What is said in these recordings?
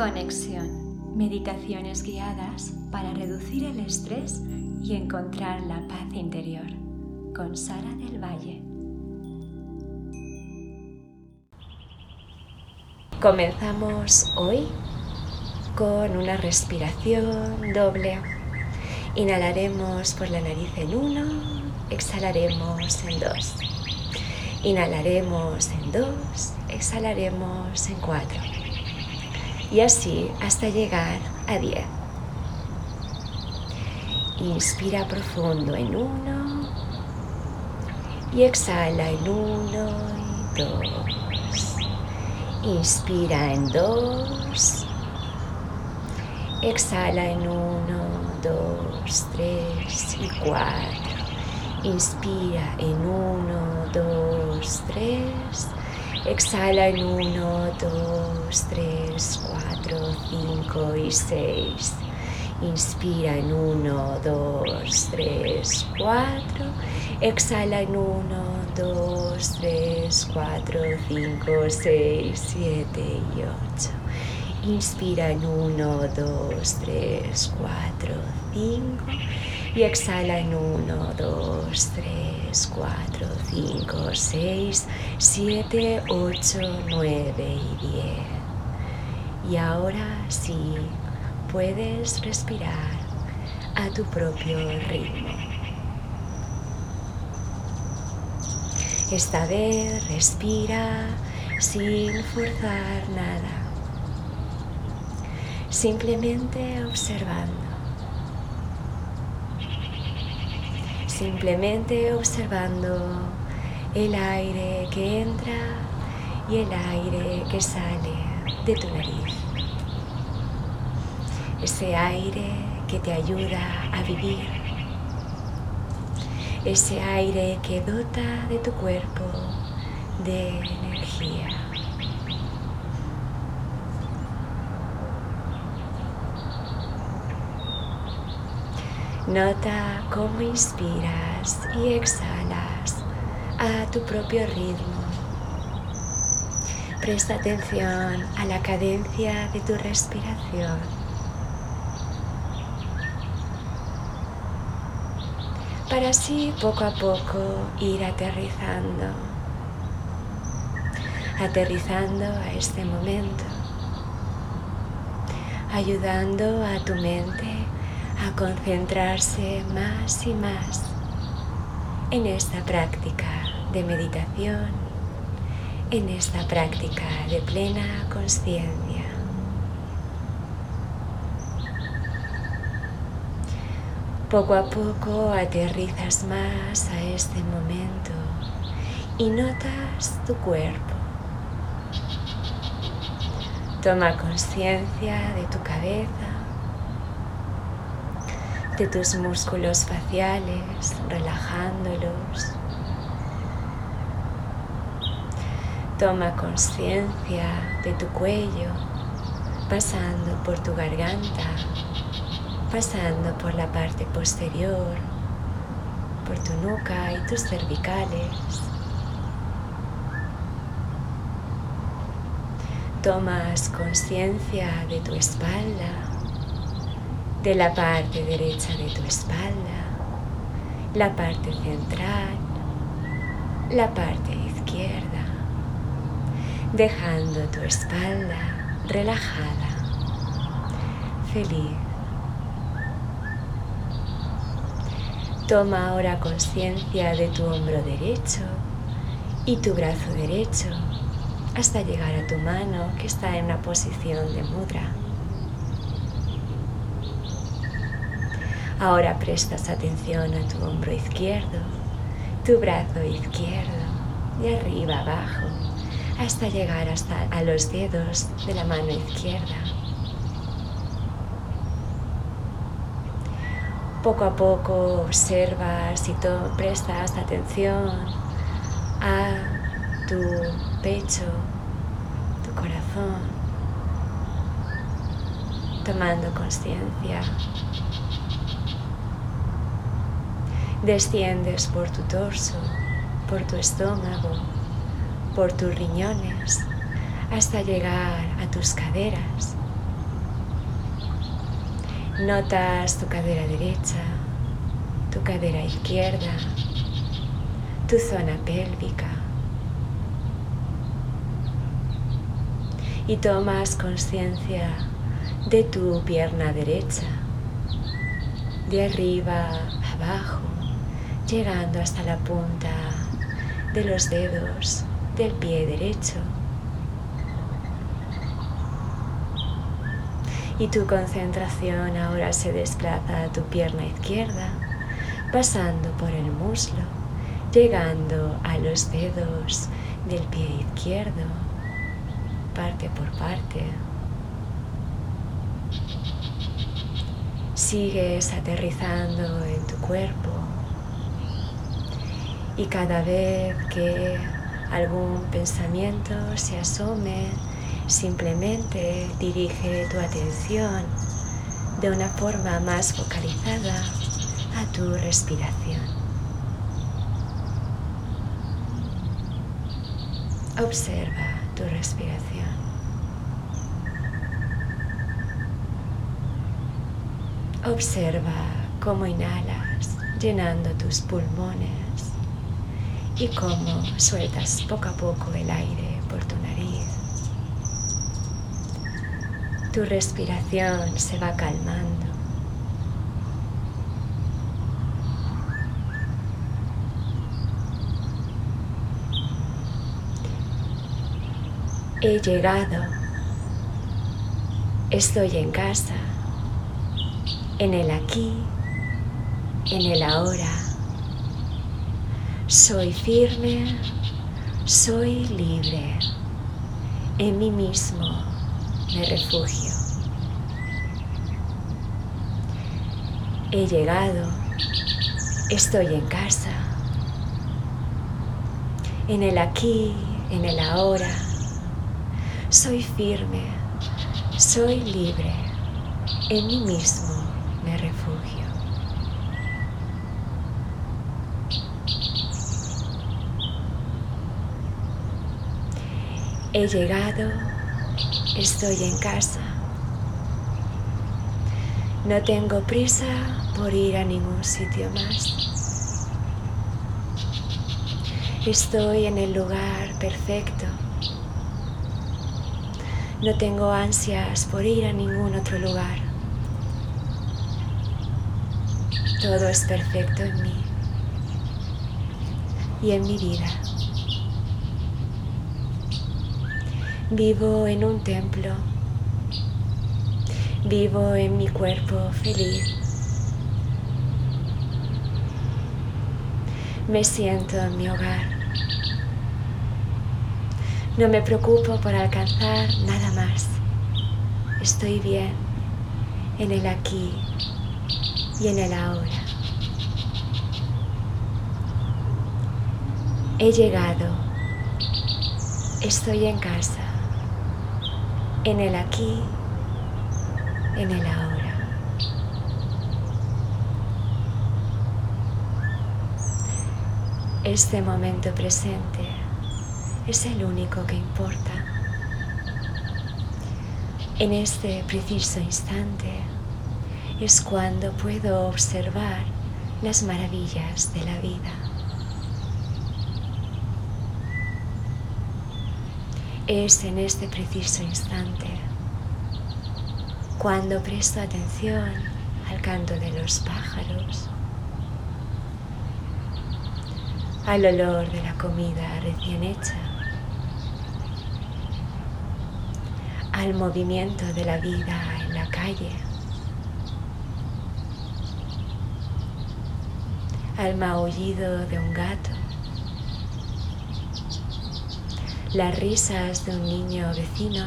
Conexión. Meditaciones guiadas para reducir el estrés y encontrar la paz interior. Con Sara del Valle. Comenzamos hoy con una respiración doble. Inhalaremos por la nariz en 1, exhalaremos en 2. Inhalaremos en 2, exhalaremos en 4. Y así hasta llegar a 10. Inspira profundo en 1 y exhala en 1 y 2. Inspira en 2, exhala en 1, 2, 3 y 4. Inspira en 1, 2, 3. Exhala en 1, 2, 3, 4, 5 y 6. Inspira en 1, 2, 3, 4. Exhala en 1, 2, 3, 4, 5, 6, 7 y 8. Inspira en 1, 2, 3, 4, 5. Y exhala en 1, 2, 3, 4, 5, 6, 7, 8, 9 y 10. Y ahora sí puedes respirar a tu propio ritmo. Esta vez respira sin forzar nada, simplemente observando. Simplemente observando el aire que entra y el aire que sale de tu nariz. Ese aire que te ayuda a vivir. Ese aire que dota de tu cuerpo de energía. Nota cómo inspiras y exhalas a tu propio ritmo. Presta atención a la cadencia de tu respiración. Para así poco a poco ir aterrizando a este momento, ayudando a tu mente a concentrarse más y más en esta práctica de meditación, en esta práctica de plena consciencia. Poco a poco aterrizas más a este momento y notas tu cuerpo. Toma conciencia de tu cabeza, de tus músculos faciales, relajándolos. Toma conciencia de tu cuello, pasando por tu garganta, pasando por la parte posterior, por tu nuca y tus cervicales. Tomas conciencia de tu espalda, de la parte derecha de tu espalda, la parte central, la parte izquierda, dejando tu espalda relajada, feliz. Toma ahora conciencia de tu hombro derecho y tu brazo derecho hasta llegar a tu mano que está en una posición de mudra. Ahora prestas atención a tu hombro izquierdo, tu brazo izquierdo, de arriba abajo, hasta llegar a los dedos de la mano izquierda. Poco a poco observas y prestas atención a tu pecho, tu corazón, tomando conciencia. Desciendes por tu torso, por tu estómago, por tus riñones, hasta llegar a tus caderas, Notas tu cadera derecha, tu cadera izquierda, tu zona pélvica. Y tomas conciencia de tu pierna derecha, de arriba a abajo, llegando hasta la punta de los dedos del pie derecho. Y tu concentración ahora se desplaza a tu pierna izquierda, pasando por el muslo, llegando a los dedos del pie izquierdo, parte por parte. Sigues aterrizando en tu cuerpo y cada vez que algún pensamiento se asome, simplemente dirige tu atención de una forma más focalizada a tu respiración. Observa tu respiración. Observa cómo inhalas llenando tus pulmones y cómo sueltas poco a poco el aire por tu nariz. Tu respiración se va calmando. He llegado, estoy en casa, en el aquí, en el ahora. Soy firme, soy libre, en mí mismo me refugio. He llegado, estoy en casa, en el aquí, en el ahora. Soy firme, soy libre, en mí mismo me refugio. He llegado, estoy en casa. No tengo prisa por ir a ningún sitio más. Estoy en el lugar perfecto. No tengo ansias por ir a ningún otro lugar. Todo es perfecto en mí y en mi vida. Vivo en un templo. Vivo en mi cuerpo feliz. Me siento en mi hogar. No me preocupo por alcanzar nada más. Estoy bien en el aquí y en el ahora. He llegado. Estoy en casa. En el aquí, en el ahora. Este momento presente es el único que importa. En este preciso instante es cuando puedo observar las maravillas de la vida. Es en este preciso instante cuando presto atención al canto de los pájaros, al olor de la comida recién hecha, al movimiento de la vida en la calle, al maullido de un gato, las risas de un niño vecino,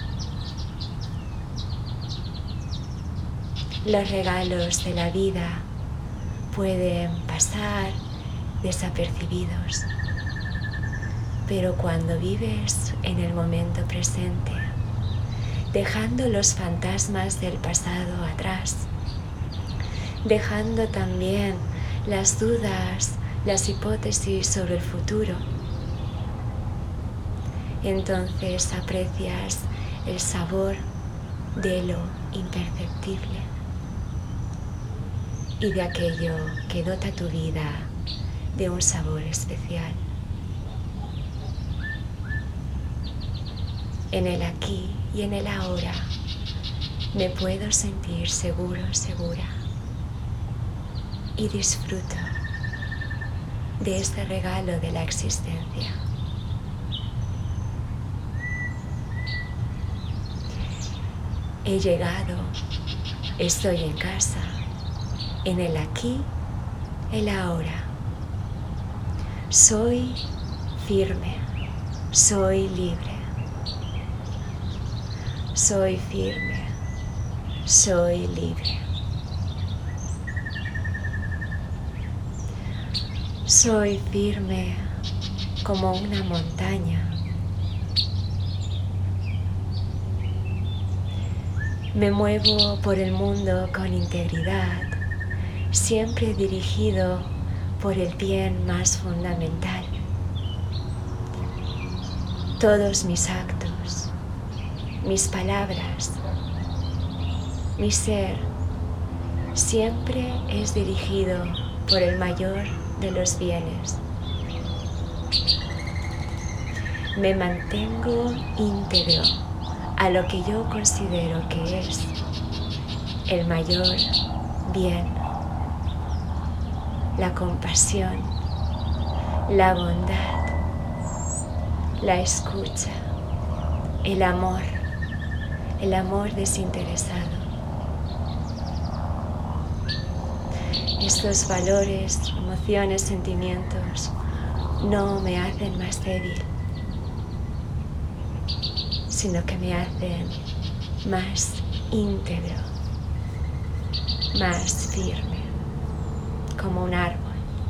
los regalos de la vida pueden pasar desapercibidos, pero cuando vives en el momento presente, dejando los fantasmas del pasado atrás, dejando también las dudas, las hipótesis sobre el futuro, entonces aprecias el sabor de lo imperceptible. y de aquello que dota tu vida de un sabor especial. En el aquí y en el ahora me puedo sentir seguro, segura, y disfruto de este regalo de la existencia. He llegado, estoy en casa, en el aquí, el ahora. Soy firme, soy libre. Soy firme, soy libre. Soy firme como una montaña. Me muevo por el mundo con integridad, siempre dirigido por el bien más fundamental. Todos mis actos, mis palabras, mi ser, siempre es dirigido por el mayor de los bienes. Me mantengo íntegro a lo que yo considero que es el mayor bien, la compasión, la bondad, la escucha, el amor desinteresado. Estos valores, emociones, sentimientos no me hacen más débil, sino que me hacen más íntegro, más firme, como un árbol.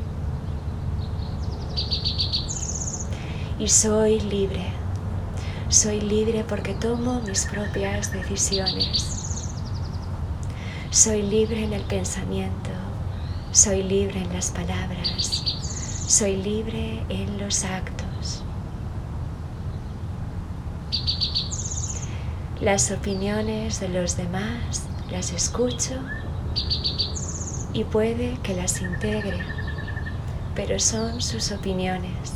Y soy libre porque tomo mis propias decisiones. Soy libre en el pensamiento, soy libre en las palabras, soy libre en los actos. Las opiniones de los demás las escucho y puede que las integre, pero son sus opiniones.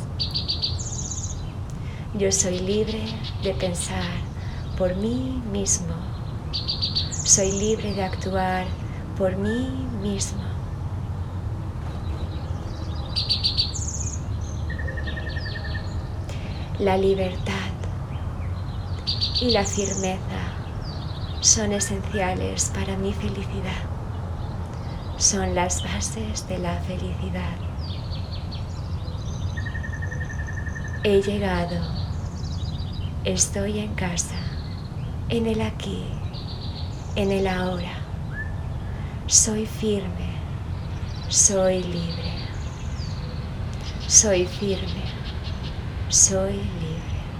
Yo soy libre de pensar por mí mismo. Soy libre de actuar por mí mismo. La libertad y la firmeza son esenciales para mi felicidad. Son las bases de la felicidad. He llegado, estoy en casa, en el aquí, en el ahora. Soy firme, soy libre. Soy firme, soy libre.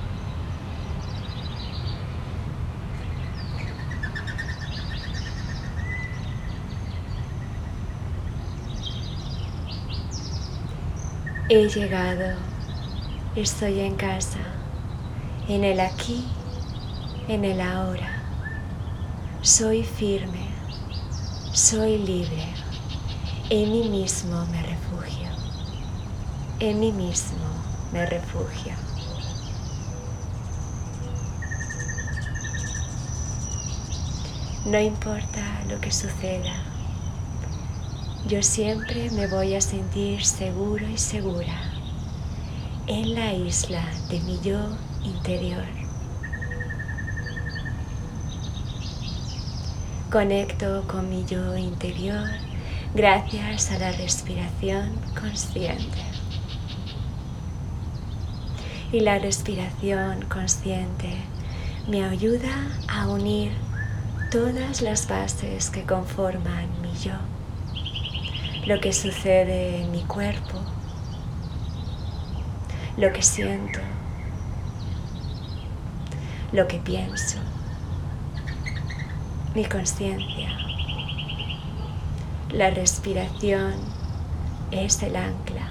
He llegado, estoy en casa, en el aquí, en el ahora. Soy firme, soy libre. En mí mismo me refugio. En mí mismo me refugio. No importa lo que suceda, yo siempre me voy a sentir seguro y segura en la isla de mi yo interior. Conecto con mi yo interior gracias a la respiración consciente. Y la respiración consciente me ayuda a unir todas las bases que conforman mi yo. Lo que sucede en mi cuerpo, lo que siento, lo que pienso, mi conciencia. La respiración es el ancla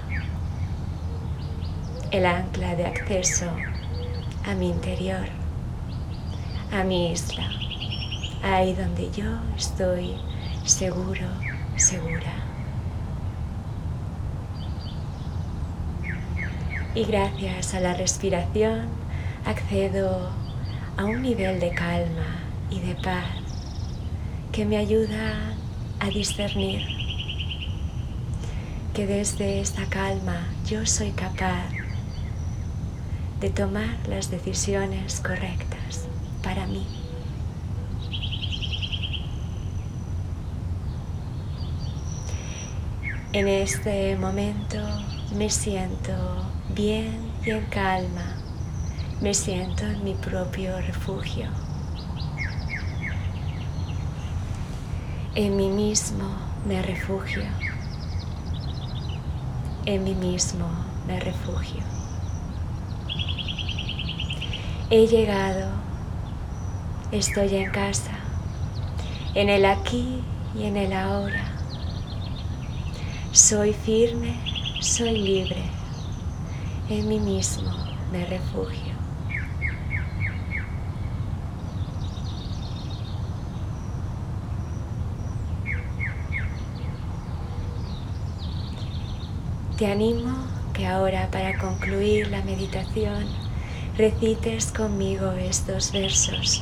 de acceso a mi interior, a mi isla, ahí donde yo estoy seguro, segura. Y gracias a la respiración accedo a un nivel de calma y de paz que me ayuda a discernir que desde esta calma yo soy capaz de tomar las decisiones correctas para mí. En este momento me siento bien y en calma, me siento en mi propio refugio. En mí mismo me refugio. En mí mismo me refugio. He llegado, estoy en casa, en el aquí y en el ahora. Soy firme, soy libre. En mí mismo me refugio. Te animo que ahora, para concluir la meditación, recites conmigo estos versos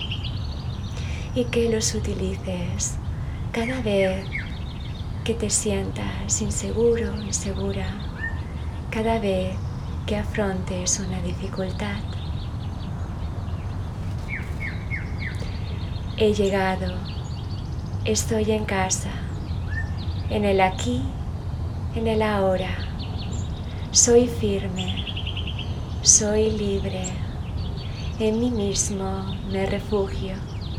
y que los utilices cada vez que te sientas inseguro, insegura, cada vez que afrontes una dificultad. He llegado, estoy en casa, en el aquí, en el ahora. Soy firme, soy libre, en mí mismo me refugio.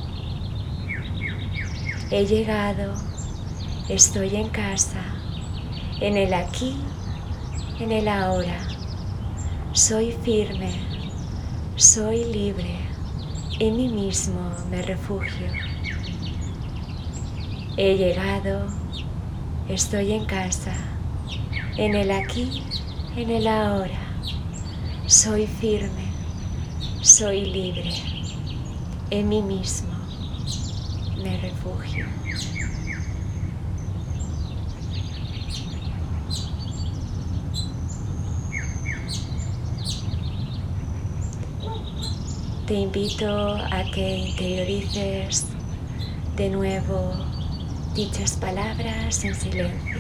He llegado, estoy en casa, en el aquí, en el ahora. Soy firme, soy libre, en mí mismo me refugio. He llegado, estoy en casa, en el aquí, en el ahora. Soy firme, soy libre, en mí mismo me refugio. Te invito a que interiorices de nuevo dichas palabras en silencio.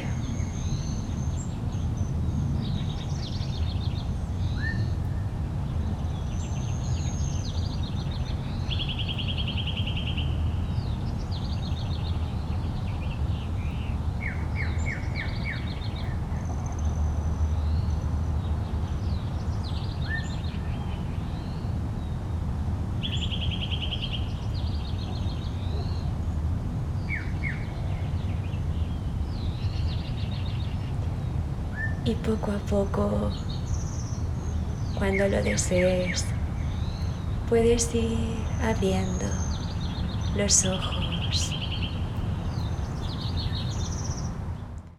Y poco a poco, cuando lo desees, puedes ir abriendo los ojos.